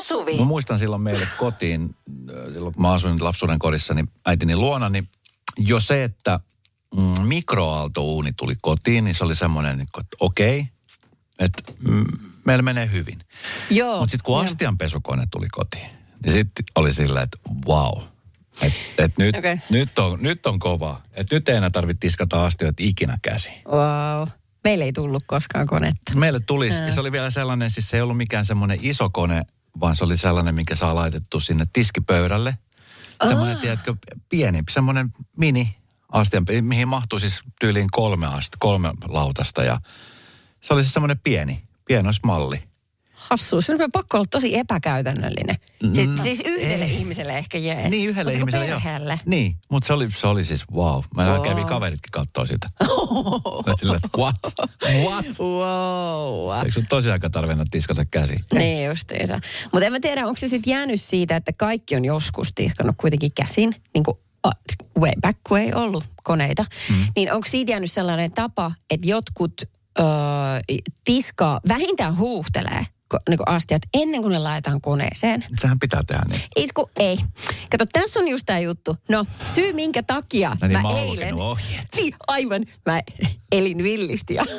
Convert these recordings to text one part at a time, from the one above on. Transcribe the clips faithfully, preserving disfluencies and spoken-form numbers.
Suvi. Mä muistan silloin meille kotiin, silloin kun mä asuin lapsuuden kodissa, niin äitini luona, niin jo se, että mm, mikroaaltouuni tuli kotiin, niin se oli semmoinen, että okei, okay, että mm, meillä menee hyvin. Joo. Mutta sitten kun astianpesukone tuli kotiin, niin sitten oli sillä, että wow. Että et nyt, okay. nyt, on, nyt on kova. Että nyt ei enää tarvitse tiskata astioita ikinä käsiin. Wow. Meille ei tullut koskaan konetta. Meille tuli, ja se oli vielä sellainen, siis se ei ollut mikään semmoinen iso kone, vaan se oli sellainen, minkä saa laitettu sinne tiskipöydälle. Semmoinen, tiedätkö, pieni, semmoinen mini astian, mihin mahtuu siis tyyliin kolme, ast, kolme lautasta. Ja se oli siis semmoinen pieni, pienosmalli. Hassu, se on pakko olla tosi epäkäytännöllinen. Siis, no, siis yhdelle ei. ihmiselle ehkä jees. Niin, yhdelle Mutta ihmiselle joo. perheelle. Niin, mutta se oli, se oli siis wow. Mä wow. kävin kaveritkin kattoo sitä. Sillä, että what? What? Wow. Eikö sun tosiaan tarvinnut tiskata käsiin? Niin justiinsa. Mutta en mä tiedä, onko se sitten jäänyt siitä, että kaikki on joskus tiskannut kuitenkin käsin, niin kuin way back kun ei ollut koneita. Mm. Niin onko siitä jäänyt sellainen tapa, että jotkut öö, tiskaa, vähintään huuhtelee niin kuin astiat ennen kuin ne laitetaan koneeseen. Sehän pitää tehdä niin. Isku, ei. Kato, tässä on just tämä juttu. No, syy minkä takia no niin, mä, mä eilen... ohjeet. Niin, aivan. Mä elin villisti ja...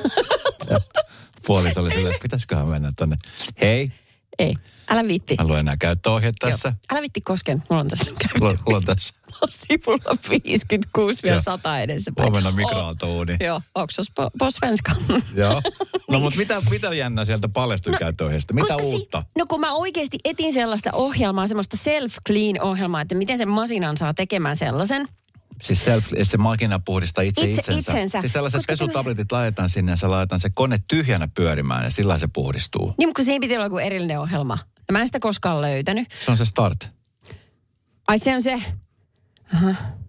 Puoliso oli silleen, että pitäisiköhän mennä tonne. Hei. Ei, älä viitti. Mä luen enää käyttöohjeet tässä. Joo. Älä viitti kosken, mulla on tässä käyttöohjeet. Mulla on tässä. Sivulla viisikymmentäkuusi vielä sata edessä. Huomenna mikroaaltouuni. Joo, oksas po, po svenska. Joo. No mutta mitä, mitä jännä sieltä paljastui no, käyttöohjeesta? Mitä uutta? Si- no kun mä oikeasti etin sellaista ohjelmaa, semmoista self-clean-ohjelmaa, että miten sen masinan saa tekemään sellaisen. Siis self, että se makina puhdistaa itse, itse itsensä. itsensä. Siis sellaiset Koska pesutabletit tämä... laitetaan sinne ja sä laitetaan se kone tyhjänä pyörimään ja sillä se puhdistuu. Niin, mutta siinä piti olla joku erillinen ohjelma. No, mä en sitä koskaan löytänyt. Se on se Start. Ai se on se. Aha.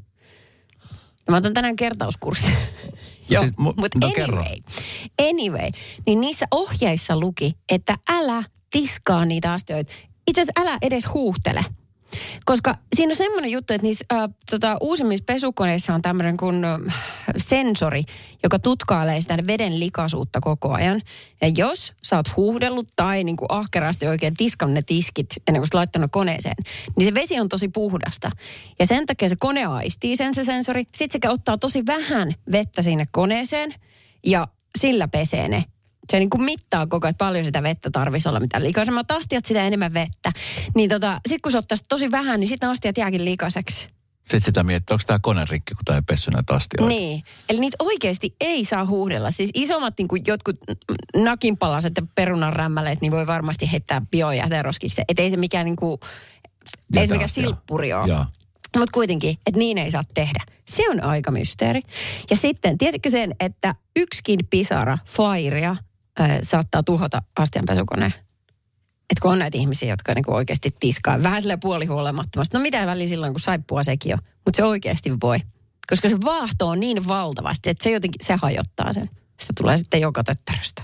No, mä otan tänään kertauskurssia. Joo, siis, mu- mutta no, anyway, anyway, niin niissä ohjeissa luki, että älä tiskaa niitä astioita. Itse asiassa älä edes huuhtele. Koska siinä on semmoinen juttu, että niissä äh, tota, uusimmissa pesukoneissa on tämmöinen kuin äh, sensori, joka tutkailee sitä veden likaisuutta koko ajan. Ja jos sä oot huuhdellut tai niin kuin ahkerasti oikein tiskannut ne tiskit ennen kuin sä laittanut koneeseen, niin se vesi on tosi puhdasta. Ja sen takia se kone aistii sen se sensori. Sitten se ottaa tosi vähän vettä sinne koneeseen ja sillä pesee ne. Se niin kuin mittaa koko ajan, että paljon sitä vettä tarvitsisi olla, mitä likaisemmat astiat, sitä enemmän vettä. Niin tota, sit kun se ottaisi tosi vähän, niin sitten astiat jääkin likaiseksi. Sitten sitä miettii, onko tämä kone rikki, kun tämä ei pessy näitä astioita. Niin, eli niitä oikeasti ei saa huuhdella. Siis isommat niin kuin jotkut nakinpalaset ja perunanrämmäleet, niin voi varmasti heittää biojäteroskiksi. Että ei se mikään, niin kuin, ei se mikään silppuri ole. Mutta kuitenkin, että niin ei saa tehdä. Se on aika mysteeri. Ja sitten, tiesitkö sen, että yksikin pisara fairia äh, saattaa tuhota astianpesukoneen? Että kun on näitä ihmisiä, jotka niinku oikeasti tiskaa. Vähän silleen puolihuolemattomasti. No mitä väliä silloin, kun saippua sekin on. Mutta se oikeasti voi. Koska se vaahto on niin valtavasti, että se jotenkin, se hajottaa sen. Sitä tulee sitten joka töttäröstä.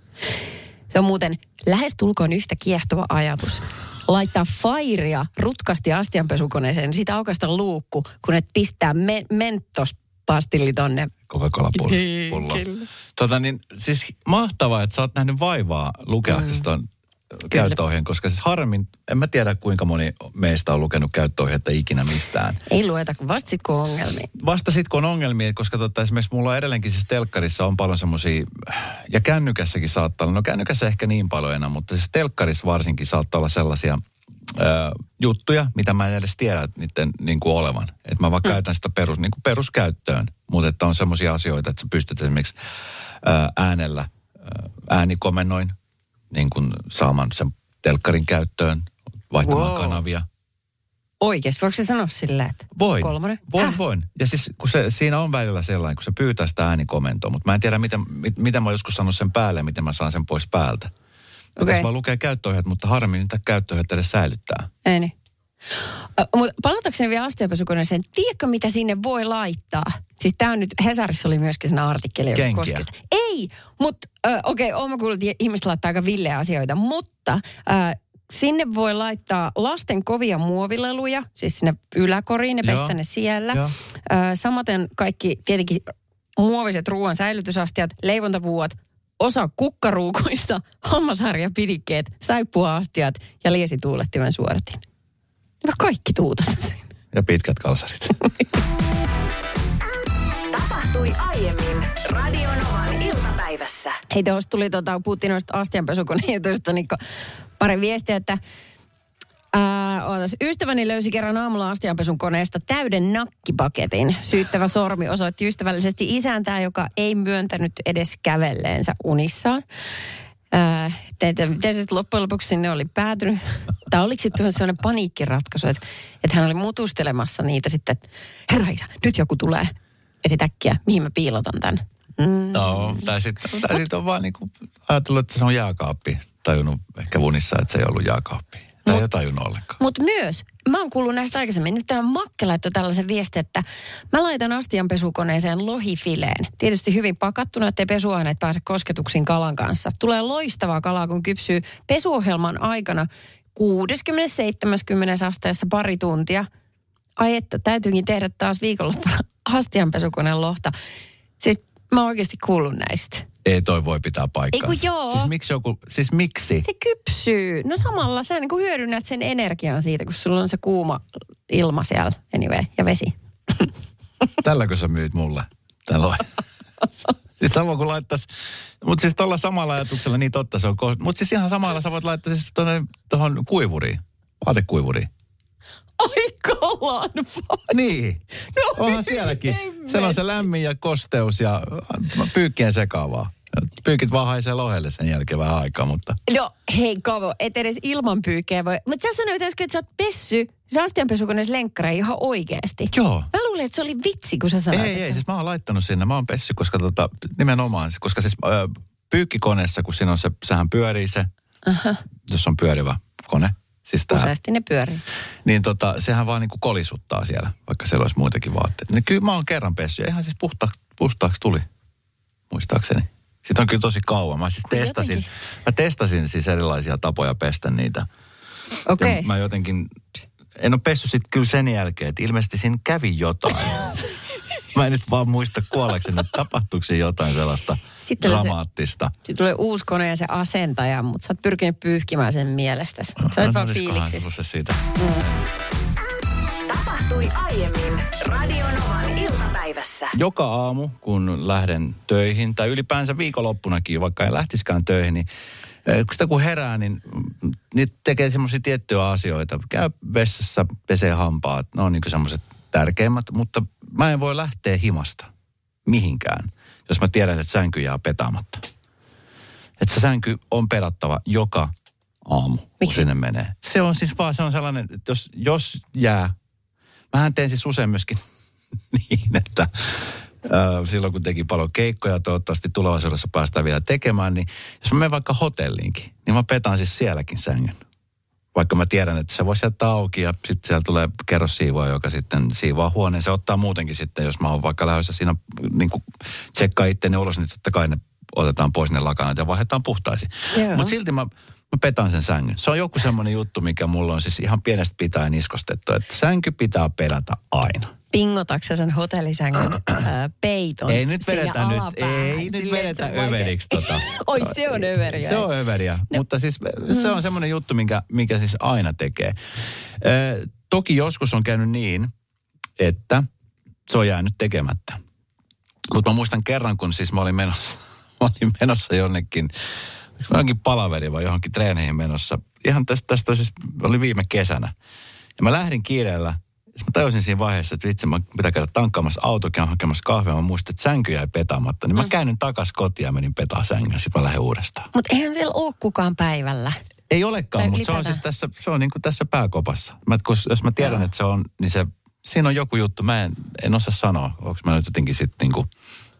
Se on muuten lähestulkoon yhtä kiehtova ajatus. Laittaa fairia rutkasti astianpesukoneeseen, niin siitä aukaista luukku, kun et pistää me- mentospastilli tonne. Coca-Cola-pullo. Tota niin, siis mahtavaa, että sä oot nähnyt vaivaa lukeaksesi ton mm. käyttöohjeen, koska siis harmin, en mä tiedä kuinka moni meistä on lukenut käyttöohjeita ikinä mistään. Ei lueta, kun vasta sit kun on ongelmia. Vasta sit kun on ongelmia, koska tota, esimerkiksi mulla on edelleenkin siis telkkarissa on paljon semmosia, ja kännykässäkin saattaa olla, no kännykässä ehkä niin paljon enää, mutta siis telkkarissa varsinkin saattaa olla sellaisia ö, juttuja, mitä mä en edes tiedä niiden niin kuin olevan. Että mä vaan hmm. käytän sitä perus, niin kuin peruskäyttöön, mutta että on semmoisia asioita, että sä pystyt esimerkiksi ö, äänellä, ö, äänikomennoin, niin kuin saamaan sen telkkarin käyttöön, vaihtamaan wow. kanavia. Oikeasti, voiko se sanoa silleen, että voin, kolmonen? Voin, Häh? voin. Ja siis kun se, siinä on välillä sellainen, kun se pyytää sitä äänikomentoa, mutta mä en tiedä, miten, miten mä joskus sanon sen päälle ja miten mä saan sen pois päältä. Okay. Tässä vaan lukee käyttöohjeet, mutta harmin niitä käyttöohjeet edes säilyttää. Ei niin. Mutta palatakseni vielä astianpesukoneeseen, tiedätkö mitä sinne voi laittaa? Siis tää on nyt, Hesarissa oli myöskin siinä artikkeli, joka Kenkiä. koski. Ei, mutta äh, okei, okay, oon kuullut, että ihmiset laittaa aika villeä asioita, mutta äh, sinne voi laittaa lasten kovia muovileluja, siis sinne yläkoriin, ne pestä ne siellä. Äh, samaten kaikki tietenkin muoviset ruoan säilytysastiat, leivontavuot, osa kukkaruukuista, hammasharjapidikkeet, saippuaastiat ja liesituulettimen suodatin. Mä kaikki tuutat sen. Ja pitkät kalsarit. Tapahtui aiemmin Radionovan iltapäivässä. Hei, tuossa tuli, tota, puhuttiin noista astianpesukonejutuista, niin pari viestiä, että ää, ootas, ystäväni löysi kerran aamulla astianpesun koneesta täyden nakkipaketin. Syyttävä sormi osoitti ystävällisesti isäntää, joka ei myöntänyt edes kävelleensä unissaan. Ää, teitä, miten se sitten loppujen lopuksi sinne oli päätynyt? Tai oliko sitten sellainen paniikkiratkaisu, että, että hän oli mutustelemassa niitä sitten, että herra isä, nyt joku tulee. Ja sit äkkiä, mihin mä piilotan tän? Mm. No, tai sitten sit on vaan niinku ajatellut, että se on jääkaappi. Tajunnut ehkä unissa, että se ei ollut jääkaappi. Tai ei tajunnut ollenkaan. Mutta myös, mä oon kuullut näistä aikaisemmin, nyt tämä Makke laittoi tällaisen viestin, että mä laitan astianpesukoneeseen lohifileen. Tietysti hyvin pakattuna, ettei pesuaineet pääse kosketuksiin kalan kanssa. Tulee loistavaa kalaa, kun kypsyy pesuohjelman aikana kuusikymmentä seitsemänkymmentä asteessa pari tuntia. Ai että, täytyykin tehdä taas viikonloppuna astianpesukoneen lohta. Siis mä oon oikeasti kuullut näistä. Ei toi voi pitää paikkaa. Ei kun joo. Siis miksi joku, siis miksi? Se kypsyy. No samalla sä niin kuin hyödynnät sen energian siitä, kun sulla on se kuuma ilma siellä anyway, ja vesi. Tälläkö sä myyt mulle? Tällä on. Siis sama kuin laittaisi, mutta siis tuolla samalla ajatuksella, niin totta se on. Mutta siis ihan samalla sä voit laittaa siis tuohon kuivuriin, vaatekuivuriin. Ai kalan Niin. No, onhan sielläkin. Siellä on se lämmin ja kosteus ja pyykkien sekaavaa. Pyykit vaan haisee lohelle sen jälkeen vähän aikaa, mutta... No hei Kavo, et edes ilman pyykkejä voi... Mutta sä sanoit äsken, että sä oot pessy se astianpesukoneessa lenkkareja ihan oikeasti. Joo. Mä luulin, että se oli vitsi, kun sä sanoit. Ei, ei, siis mä oon laittanut sinne. Mä oon pessy, koska tota, nimenomaan, koska siis äh, pyykkikoneessa, kun siinä on se, sehän pyörii se, uh-huh. jos on pyörivä kone. Siis tää, useasti ne pyörii. Niin tota, sehän vaan niinku kolisuttaa siellä, vaikka siellä olisi muitakin vaatteita. Niin kyllä mä oon kerran pessy ja ihan siis puhta, puhtaaksi tuli, muistaakseni. Sitten on kyllä tosi kauan. Mä siis testasin, mä testasin siis erilaisia tapoja pestä niitä. Okei. Okay. Mä jotenkin, en ole pessyt sitten kyllä sen jälkeen, että ilmeisesti siinä kävi jotain. Mä en nyt vaan muista kuolleeksi, että tapahtuiko siinä jotain sellaista sitten dramaattista. Sitten tulee uusi kone ja se asentaja, mutta sä oot pyrkinyt pyyhkimään sen mielestäsi. Se on no, vaan fiiliksissä. Se siitä. Mm. Tapahtui aiemmin Radionovan iltapäivässä. Joka aamu, kun lähden töihin, tai ylipäänsä viikonloppunakin, vaikka en lähtiskään töihin, niin kun sitä kun herää, niin, niin tekee semmoisia tiettyjä asioita. Käy vessassa, pesee hampaat, ne on niin kuin semmoiset tärkeimmät, mutta mä en voi lähteä himasta mihinkään, jos mä tiedän, että sänky jää petaamatta. Että se sänky on perattava joka aamu, kun Miksi? sinne menee. Se on siis vaan, se on sellainen, että jos, jos jää, mähän teen siis usein myöskin niin, että äh, silloin kun teki paljon keikkoja, toivottavasti tulevaisuudessa päästään vielä tekemään, niin jos mä menen vaikka hotelliinkin, niin mä petaan siis sielläkin sängyn. Vaikka mä tiedän, että se voisi jättää auki ja sitten siellä tulee kerrossiivoa, joka sitten siivoaa huoneen. Se ottaa muutenkin sitten, jos mä oon vaikka lähdössä siinä niin kuin tsekkaa itteni ulos, niin totta kai ne otetaan pois ne lakanat ja vaihdetaan puhtaisiin. Mutta silti mä, mä petaan sen sängyn. Se on joku semmoinen juttu, mikä mulla on siis ihan pienestä pitäen iskostettu, että sänky pitää perätä aina. Pingotaksä sen hotellisängyn äh, peiton? Ei nyt vedetä nyt, ei nyt vedetä överiksi tota. Oi se on överiä. Se on överiä, no. Mutta siis se on semmoinen juttu, minkä, minkä siis aina tekee. Ö, toki joskus on käynyt niin, että se on jäänyt tekemättä. Mutta mä muistan kerran, kun siis mä olin menossa, mä olin menossa jonnekin, johonkin palaveriin vai johonkin treeneihin menossa. Ihan tästä, tästä siis, oli viime kesänä. Ja mä lähdin kiireellä. Mä tajusin siinä vaiheessa, että vitsi, mä pitää käydä tankkaamassa auto, käyn hakemassa kahvia. Mä muistin, että sänky jäi petaamatta. Niin mä mm. käännyin takas kotiin ja menin petaa sängyn. Sitten mä lähdin uudestaan. Mutta eihän siellä ole kukaan päivällä. Ei olekaan, mutta se on siis tässä, se on niin kuin tässä pääkopassa. Mä, kus, jos mä tiedän, Joo. että se on, niin se, siinä on joku juttu. Mä en, en osaa sanoa. Onko mä nyt jotenkin sitten niin kuin,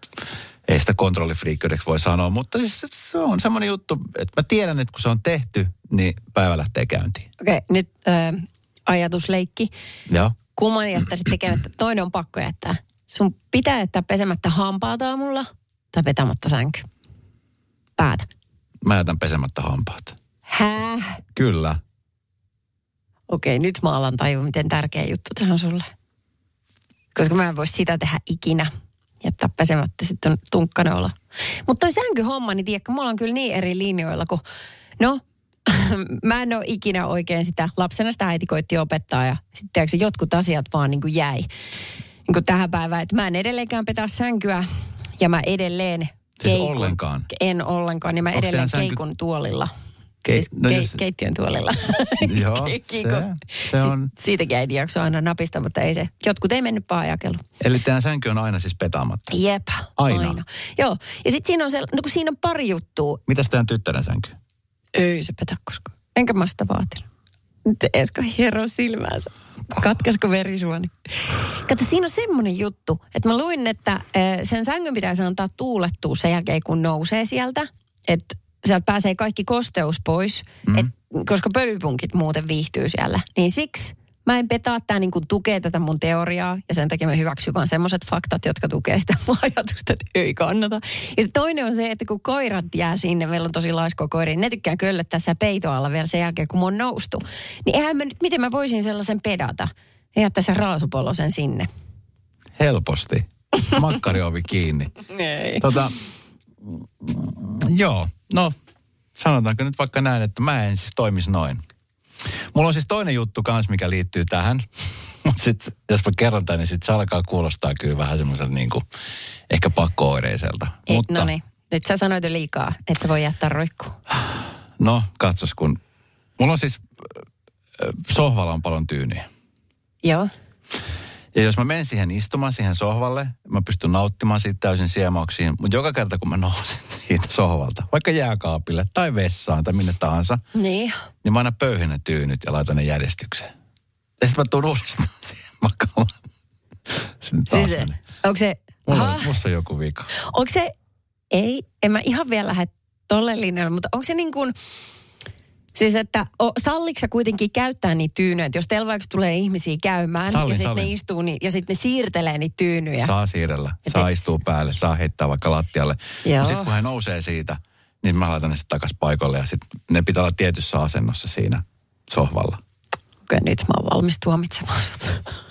ei sitä kontrollifriikkyydeksi voi sanoa. Mutta siis se on semmoinen juttu, että mä tiedän, että kun se on tehty, niin päivä lähtee käyntiin. Okei, okay, nyt äh, ajatusleikki. Joo. Kumman jättäisit tekemättä? Toinen on pakko jättää. Sun pitää jättää pesemättä hampaat aamulla tai petämättä sänky. Päätä. Mä jätän pesemättä hampaat. Hää? Kyllä. Okei, nyt mä alan tajua, miten tärkeä juttu tähän on sulle. Koska mä en voi sitä tehdä ikinä. Jättää pesemättä, sitten on tunkkainen olo. Mutta toi sänkyhomma, niin tiedätkö, mulla on kyllä niin eri linjoilla, kun no, mä en ole ikinä oikein sitä, lapsena sitä äiti koitti opettaa ja sitten tiedätkö, jotkut asiat vaan niin kuin jäi niin kuin tähän päivään, että mä en edelleenkään petaa sänkyä ja mä edelleen Siis ollenkaan? En ollenkaan, niin mä Onks edelleen sänky... keikun tuolilla. Ke... Siis no ke... jos... keittiön tuolilla. Joo, se, se on... Si- siitäkin äiti jakso aina napista, mutta ei se. Jotkut ei mennyt paajakellu. Eli tämä sänky on aina siis petaamatta? Jep, aina. aina. Joo, ja sitten siinä on se, no kun siinä on pari juttua. Mitäs teidän tyttären sänky? Ei se petä koskaan. Enkä mä sitä vaatinut. Nyt Esko hieroo silmäänsä. Katkaisiko verisuoni? Kato, siinä on semmoinen juttu, että mä luin, että sen sängyn pitäisi antaa tuulettua sen jälkeen, kun nousee sieltä. Että sieltä pääsee kaikki kosteus pois, mm. et, koska pölypunkit muuten viihtyy siellä. Niin siksi mä en petaa, tämä niin kuin tukee tätä mun teoriaa ja sen takia mä hyväksyn vaan semmoiset faktat, jotka tukee sitä mun ajatusta, että ei kannata. Ja toinen on se, että kun koirat jää sinne, meillä on tosi laiskoa koiria, ne tykkää köllöttää siellä peitoalla vielä sen jälkeen, kun mä oon noustu. Niin eihän mä nyt, miten mä voisin sellaisen pedata ja jättää sen raasupollosen sinne? Helposti. Makkariovi kiinni. Ei. Tota, joo, no sanotaanko nyt vaikka näin, että mä en siis toimisi noin. Mulla on siis toinen juttu kans, mikä liittyy tähän. Mutta sitten, jos mä kerron tämän, niin sitten se alkaa kuulostaa kyllä vähän semmoiselta niin kuin ehkä pakko-oireiselta. Ei, Mutta, no niin, nyt sä sanoit jo liikaa, että se voi jättää roikkuun. No, katsos kun... Mulla on siis... Sohvalla on paljon tyyniä. Joo. Ja jos mä menen siihen istumaan siihen sohvalle, mä pystyn nauttimaan siitä täysin siemauksiin. Mutta joka kerta, kun mä nousen siitä sohvalta, vaikka jääkaapille tai vessaan tai minne tahansa, niin, niin mä aina pöyhin ne tyynyt ja laitan ne järjestykseen. Ja sitten mä tuun uudestaan siihen makaamaan. Siis, onko se... Mulla on, musta on joku vika. Onko se... Ei, en mä ihan vielä lähde tolle linjalle, mutta onko se niin kuin... Siis, että o, salliko sä kuitenkin käyttää niitä tyynyjä, että jos teillä vaikka tulee ihmisiä käymään sallin, ja sitten ne istuu niin, ja sitten ne siirtelee niitä tyynyjä. Saa siirrellä, et saa et... istua päälle, saa heittää vaikka lattialle. Mutta sitten kun he nousee siitä, niin mä laitan ne sitten takaisin paikalle ja sitten ne pitää olla tietyssä asennossa siinä sohvalla. Okei, nyt mä oon valmis tuomitsemaan sut.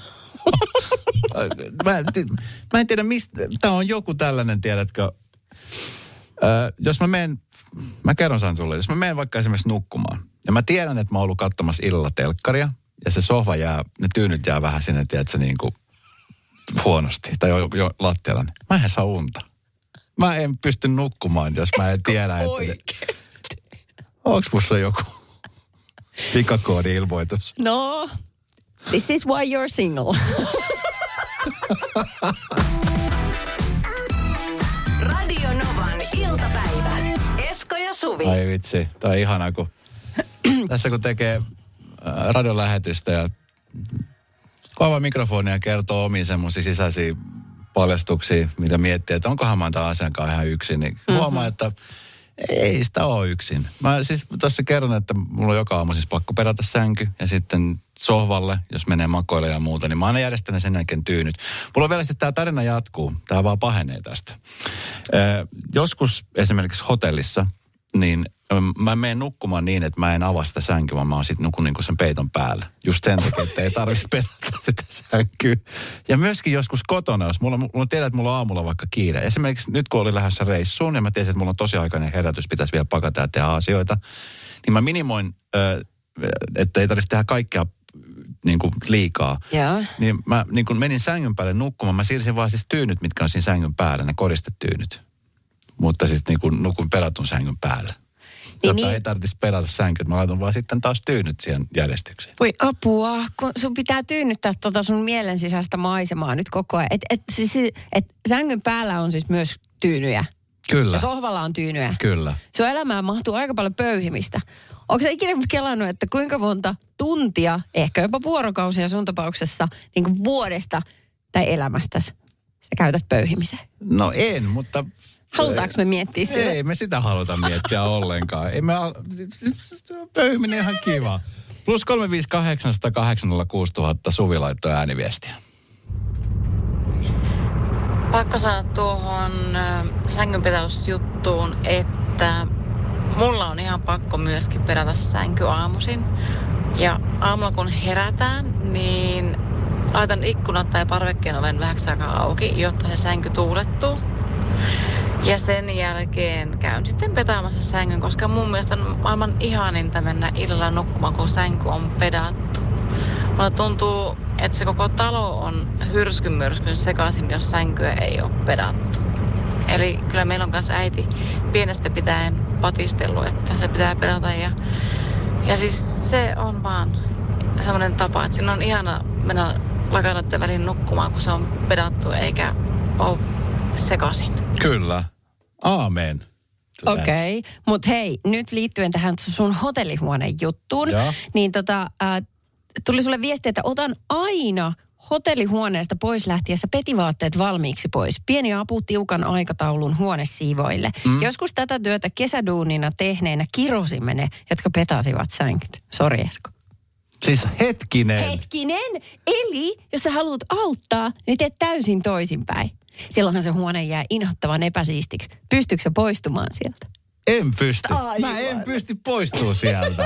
mä, mä en tiedä mistä, tää on joku tällainen, tiedätkö, Ö, jos mä menen, mä kerron sen sulle, jos mä menen vaikka esimerkiksi nukkumaan, ja mä tiedän, että mä oon ollut katsomassa illalla telkkaria, ja se sohva jää, ne tyynyt jää vähän sinne, tiedätkö, niin kuin huonosti, tai jo, jo lattialla, niin mä en saa unta. Mä en pysty nukkumaan, jos mä en tiedä, että... Onks musta joku pikakoodi-ilmoitus? No, this is why you're single. Radio Novan iltapäivä. Esko ja Suvi. Ai vitsi, tää on ihanaa, kun tässä kun tekee radiolähetystä ja kova mikrofonia ja kertoo omiin semmoisia sisäisiä paljastuksia, mitä miettii, että onkohan mä tämän asian kanssa ihan yksin, niin mm-hmm. huomaa, että ei sitä ole yksin. Mä siis tuossa kerron, että mulla on joka aamu siis pakko perata sänky ja sitten sohvalle, jos menee makoille ja muuta, niin mä aina järjestän sen jälkeen tyynyt. Mulla on vielä sitten tämä tarina jatkuu, tämä vaan pahenee tästä. Ee, joskus esimerkiksi hotellissa, niin mä menen nukkumaan niin, että mä en avaa sitä sänkyä, vaan mä oon sitten nukun niin sen peiton päällä. Just sen takia, että ei tarvitse perata sitä sänkyä. Ja myöskin joskus kotona, jos mulla, mulla tiedän, että mulla on aamulla vaikka kiire. Esimerkiksi nyt kun oli lähdössä reissuun ja mä tiesin, että mulla on tosiaikainen herätys, pitäisi vielä pakata ja tehdä asioita, niin mä minimoin, että ei tarvitse tehdä kaikkea niin kuin liikaa. Joo. Niin mä niin kuin menin sängyn päälle nukkumaan. Mä siirsin vaan siis tyynyt, mitkä on siinä sängyn päällä, ne koristetyynyt. Mutta sitten niin kuin nukun pelatun sängyn päällä. Niin, jotta niin. Ei tarvitsisi pelata sänkyt. Mä laitan vaan sitten taas tyynyt siihen järjestykseen. Voi apua, kun sun pitää tyynnyttää tota sun mielen sisäistä maisemaa nyt koko ajan. Että et, siis, et sängyn päällä on siis myös tyynyjä. Kyllä. Ja sohvalla on tyynyjä. Kyllä. Sun elämään mahtuu aika paljon pöyhimistä. Onko sä ikinä kelannut, että kuinka monta tuntia, ehkä jopa vuorokausia sun tapauksessa, niin kuin vuodesta tai elämästäsi sä käytät pöyhimiseen? No en, mutta... Halutaanko me miettiä sitä? Ei me sitä haluta miettiä ollenkaan. Ei me... Pöyhiminen ihan kiva. Plus kolme viisi kahdeksan nolla kahdeksan nolla kuusi tuhatta Suvi laittoi ääniviestiä. Pakko sanoa tuohon sängynpetäysjuttuun, että mulla on ihan pakko myöskin perätä sänky aamuisin. Ja aamulla kun herätään, niin laitan ikkunat tai parvekkeen oven vähäksi aikaa auki, jotta se sänky tuulettuu. Ja sen jälkeen käyn sitten petaamassa sängyn, koska mun mielestä on maailman ihaninta mennä illalla nukkumaan, kun sänky on pedattu. Mulla tuntuu, että se koko talo on hyrskyn myrskyn sekaisin, jos sänkyä ei ole pedattu. Eli kyllä meillä on kanssa äiti pienestä pitäen patistellut, että se pitää pedata. Ja, ja siis se on vaan sellainen tapa, että siinä on ihana mennä lakanoiden väliin nukkumaan, kun se on pedattu eikä ole sekaisin. Kyllä. Aamen. Okei, okay. Mutta hei, nyt liittyen tähän sun hotellihuoneen juttuun, ja. niin tota, äh, tuli sulle viesti, että otan aina hotellihuoneesta pois lähtiessä petivaatteet valmiiksi pois. Pieni apu tiukan aikataulun huonesiivoille. Mm. Joskus tätä työtä kesäduunina tehneinä kirosimme ne, jotka petasivat sänkyt. Sori Esko. Siis hetkinen. Hetkinen. Eli jos sä haluat auttaa, niin teet täysin toisinpäin. Silloinhan se huone jää inhottavan epäsiistiksi. Pystytkö sä poistumaan sieltä? En pysty. Aivan. Mä en pysty poistumaan sieltä.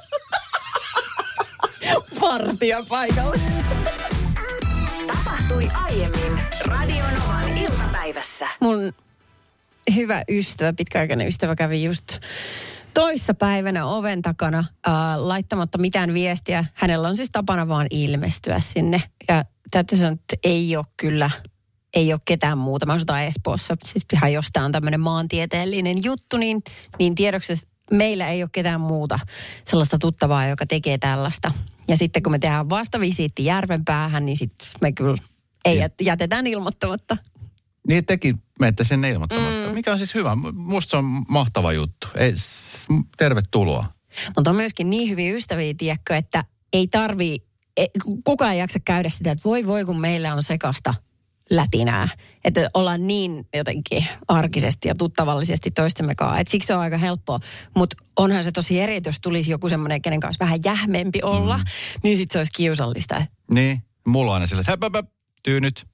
Vartija paikalle. Tapahtui aiemmin Radio Novan iltapäivässä. Mun hyvä ystävä, pitkäaikainen ystävä kävi just toissa päivänä oven takana äh, laittamatta mitään viestiä. Hänellä on siis tapana vaan ilmestyä sinne. Ja täytyy sanoa, että ei ole kyllä, ei ole ketään muuta. Mä asutaan Espoossa, siis ihan jostain on tämmöinen maantieteellinen juttu, niin, niin tiedoksessa meillä ei ole ketään muuta sellaista tuttavaa, joka tekee tällaista. Ja sitten kun me tehdään vastavisiitti Järvenpäähän, niin sitten me kyllä ei jätetään ilmoittamatta. Niin tekin menette sinne ilmoittamatta. Mm. Mikä on siis hyvä. Musta se on mahtava juttu. Ei, tervetuloa. Mutta on myöskin niin hyviä ystäviä, tiedätkö, että ei tarvii, kukaan ei jaksa käydä sitä, että voi voi kun meillä on sekasta lätinää. Että ollaan niin jotenkin arkisesti ja tuttavallisesti toistemme kanssa. Että siksi se on aika helppoa. Mutta onhan se tosi eri, että jos tulisi joku semmoinen, kenen kanssa vähän jähmeempi olla, mm. niin sitten se olisi kiusallista. Niin, mulla on aina sille, että höp, höp, tyynyt.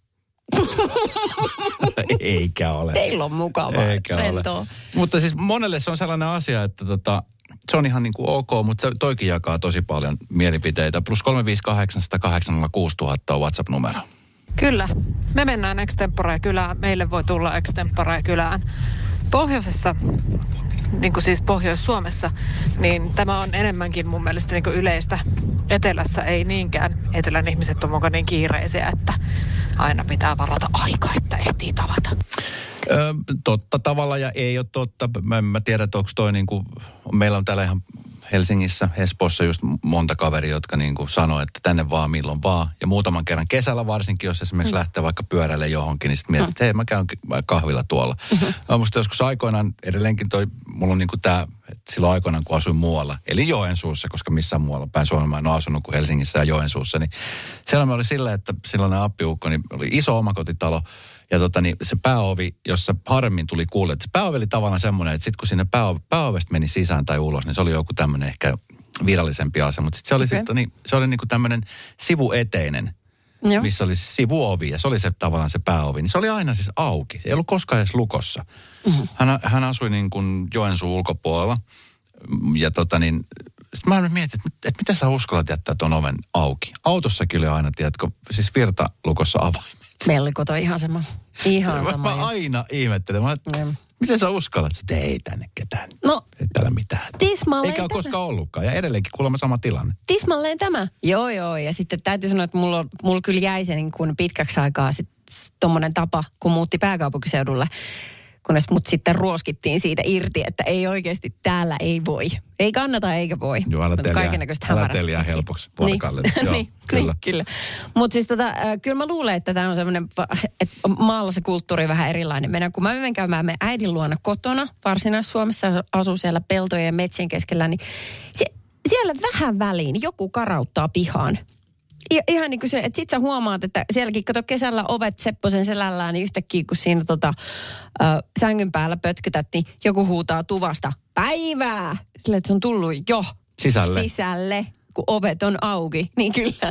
Eikä ole. Teillä on mukavaa. Eikä rentoa. ole. Mutta siis monelle se on sellainen asia, että tota, se on ihan niin kuin ok, mutta toikin jakaa tosi paljon mielipiteitä. Plus kolme viisi kahdeksan kahdeksan nolla kuusi tuhatta on WhatsApp-numero. Kyllä. Me mennään Extemporeen kylään. Meille voi tulla Extemporeen kylään. Pohjoisessa, niin kuin siis Pohjois-Suomessa, niin tämä on enemmänkin mun mielestä niin kuin yleistä. Etelässä ei niinkään. Etelän ihmiset on mukaan niin kiireisiä, että aina pitää varata aikaa, että ehtii tavata. Ö, totta tavalla ja ei ole totta. Mä en mä tiedä, että onko toi niin kuin, meillä on täällä ihan Helsingissä, Espoossa just monta kaveria, jotka niin kuin sanoo, että tänne vaan milloin vaan. Ja muutaman kerran kesällä varsinkin, jos esimerkiksi mm. lähtee vaikka pyöräille johonkin, niin sitten mietit, että hei mä käyn kahvilla tuolla. Mm-hmm. No, musta joskus aikoinaan edelleenkin toi, mulla on niin kuin tää, silloin aikoinaan kun asuin muualla, eli Joensuussa, koska missään muualla päin Suomessa mä en ole asunut kuin Helsingissä ja Joensuussa, niin siellä me oli sillä, että sellainen appiukko, niin oli iso omakotitalo. Ja tota niin, se pääovi, jossa harvemmin tuli kuulla, että se pääovi oli tavallaan semmoinen, että sitten kun sinne pääo- pääovesta meni sisään tai ulos, niin se oli joku tämmöinen ehkä virallisempi asia. Mutta sitten se oli, okay. sit, niin, se oli niinku tämmöinen sivueteinen, Joo. missä oli sivuovi ja se oli se tavallaan se pääovi. Niin se oli aina siis auki, se ei ollut koskaan edes lukossa. Mm-hmm. Hän, hän asui niin kuin Joensuun ulkopuolella ja tota niin, sitten mä mietin, että, että mitä sä uskallat jättää tuon oven auki. Autossakin oli aina, tiedätkö, siis virtalukossa avaimet. Meillä oli koto ihan sama. Ihan sama. Mä aina ihmettelen. Mä, mm. miten sä uskallat, että ei tänne ketään. No, ei täällä mitään. Tismalleen eikä ole koskaan ollutkaan. Ja edelleenkin kuulemma sama tilanne. Tismalleen tämä. Joo, joo. Ja sitten täytyy sanoa, että mulla, mulla kyllä jäi se niin kuin pitkäksi aikaa sit tommonen tapa, kun muutti pääkaupunkiseudulle. Kunnes mut sitten ruoskittiin siitä irti, että ei oikeasti täällä ei voi. Ei kannata eikä voi. Joo, älä teliä helpoksi porkalle. Niin, Joo, niin, kyllä. Niin, kyllä. Mutta siis tota, kyllä mä luulen, että tämä on semmoinen, että maalla se kulttuuri vähän erilainen. Meidän, kun mä menen käymään meidän äidin luona kotona, Varsinais-Suomessa asuu siellä peltojen ja metsien keskellä, niin se, siellä vähän väliin joku karauttaa pihaan. I, ihan niin kuin se, että sit sä huomaat, että sielläkin, kato kesällä ovet Sepposen selällään, niin yhtäkkiä kun siinä tota, ö, sängyn päällä pötkytät, niin joku huutaa tuvasta, päivää! Sille, että se on tullut jo sisälle, sisälle kun ovet on auki, niin kyllä.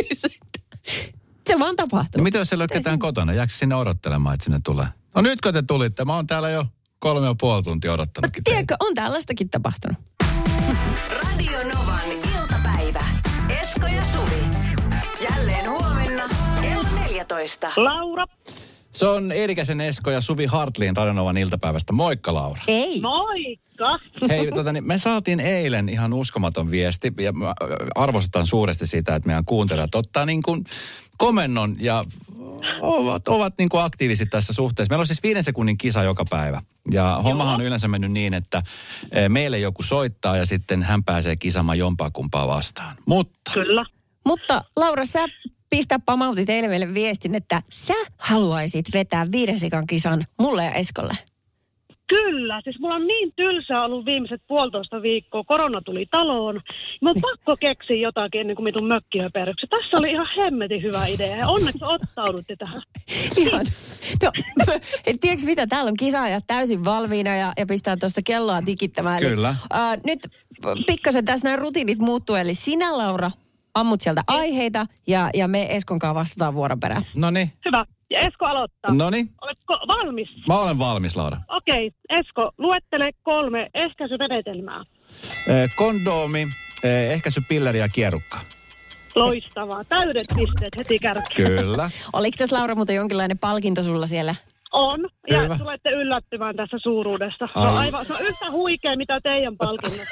Se vaan tapahtuu. No mitä jos siellä ei ole ketään kotona? Jääkö sinne odottelemaan, että sinne tulee? No nytkö te tulitte? Mä oon täällä jo kolme ja puoli tuntia odottanutkin. Tiedätkö, on tällaistakin tapahtunut. Radio Novan iltapäivä. Esko ja Suvi. Jälleen huomenna kello neljätoista. Laura. Se on Eerikäisen Esko ja Suvi Hartlin Radio Novan iltapäivästä. Moikka, Laura. Ei. Moikka! Hei, tota, niin me saatiin eilen ihan uskomaton viesti ja mä arvostetaan suuresti sitä, että meidän kuuntelijat ottaa niin kuin komennon ja ovat, ovat niin kuin aktiiviset tässä suhteessa. Meillä on siis viiden sekunnin kisa joka päivä. Ja hommahan on yleensä mennyt niin, että meille joku soittaa ja sitten hän pääsee kisaamaan jompaa kumpaa vastaan. Mutta... Kyllä. Mutta Laura, sä pistä pamautit eilen meille viestin, että sä haluaisit vetää viiden sekan kisan mulle ja Eskolle. Kyllä, siis mulla on niin tylsää ollut viimeiset puolitoista viikkoa. Korona tuli taloon. Mä oon pakko keksiä jotakin ennen kuin mitun mökkihöperyksi. Tässä oli ihan hemmetin hyvä idea ja onneksi ottaudutte tähän. Ihan. No, tiedätkö mitä? Täällä on kisaajat täysin valmiina ja, ja pistää tuosta kelloa tikittämään. Kyllä. Eli, äh, nyt pikkasen tässä nämä rutiinit muuttuu. Eli sinä, Laura, ammut sieltä aiheita ja, ja me Eskon kanssa vastataan vuoron perään. Noniin. Hyvä. Ja Esko aloittaa. Noniin. Oletko valmis? Mä olen valmis, Laura. Okei, Esko, luettele kolme ehkäisymenetelmää. Eh, kondoomi, eh, ehkäisypilleri ja kierukka. Loistavaa. Täydet pisteet heti kärkeen. Kyllä. Oliko tässä, Laura, muuten jonkinlainen palkinto sulla siellä? On. Ja Hyvä. tulette yllättymään tässä suuruudessa. Se on, aivan, se on yhtä huikea, mitä teidän palkinnot.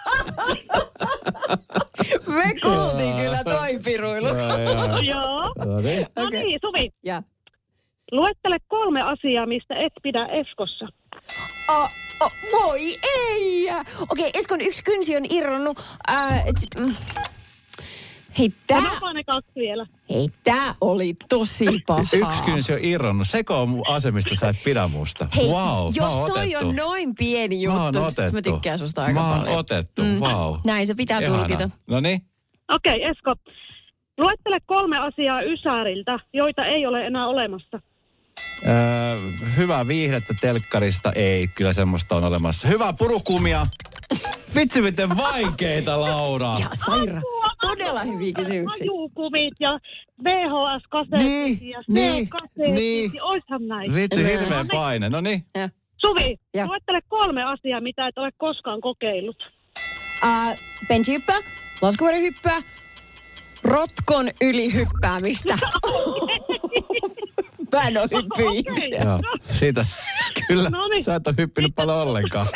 Me kuultiin kyllä toi piruilu. Joo. No niin. No niin, Suvi. Ja. Luettele kolme asiaa, mistä et pidä Eskossa. Oh, oh, voi ei! Okei, Eskon yksi kynsi on irronnut. Äh, et, mm. Hei, tää, Sanopaa ne kaksi vielä. hei, tää oli tosi paha. Yksi kynsi on irronnut. Seko on mun asemista, sä et pidä musta. Hei, wow, jos mä oon toi otettu. on noin pieni Mä juttu, oon niin otettu. mä tykkään susta aika Mä oon paljon. otettu, Mm. wow. Näin se pitää Ihana. tulkita. No niin. Okei, okay, Esko. Luettele kolme asiaa Ysäriltä, joita ei ole enää olemassa. Öö, hyvää viihdettä telkkarista. Ei, kyllä semmoista on olemassa. Hyvää purukumia. Vitsi, miten vaikeita, Laura. Ja Saira, Apua, todella hyviä kysymyksiä. Ajukumit ja V H S-kaseetit Niin, ja niin, C-kaseetit. niin. Ja oishan näin. Vitsi, Emme. hirveä paine. No niin. Ja. Suvi, Ja. luettele kolme asiaa, mitä et ole koskaan kokeillut. Uh, benchihyppää, laskuvarjohyppää, rotkon yli hyppäämistä. Mä en oo hyppy-ihmisiä. Joo, siitä. Kyllä, Noniin. sä et ole hyppinyt paljon ollenkaan.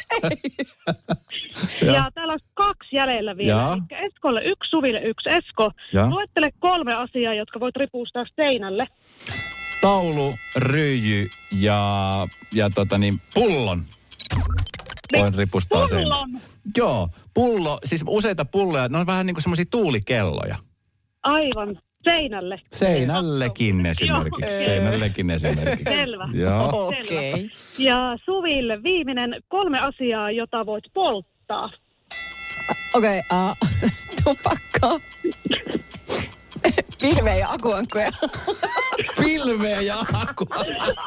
Ja täällä on kaksi jäljellä vielä. Jaa. Elikkä Eskolle yksi, Suville yksi. Esko, Jaa. luettele kolme asiaa, jotka voit ripustaa seinälle. Taulu, ryijy ja, ja tota niin, pullon. Voin ripustaa sen. Pullon. Joo, pullo, siis useita pulloja, ne on vähän niin kuin semmoisia tuulikelloja. Aivan. Seinälle. Seinällekin esimerkiksi. Joo. Seinällekin esimerkiksi. Selvä. Joo. Okei. Okay. Ja Suville viimeinen kolme asiaa, jota voit polttaa. Okei, okay, uh, tupakkaa. Pilveä ja akuankkoja. Pilveä ja akua.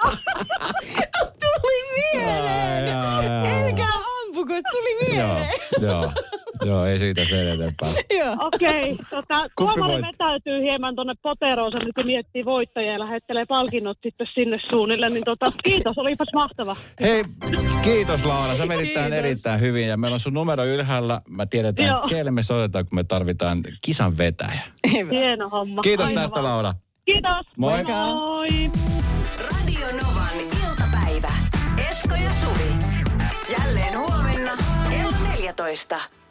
Tuli mieleen. Jaa, jaa, jaa. Älkää ampuko, tuli Joo, mieleen. joo, joo, ei siitä sen enempää. Joo. Okei, tota, Tuomari voit? vetäytyy hieman tuonne poteroonsa, nyt kun miettii voittajia ja lähettelee palkinnot sitten sinne suunnille, niin tota, kiitos, olipas mahtava. Hei, kiitos Laura, sä menit tähän Kiitos. erittäin hyvin ja meillä on sun numero ylhäällä. Mä tiedetään, Joo. keille me soitetaan, kun me tarvitaan kisan vetäjä. Hieno homma. Kiitos Aina tästä vaan. Laura. Kiitos. Moi. Moi. Radio Novan iltapäivä. Esko ja Suvi. Jälleen huomenna kello neljätoista.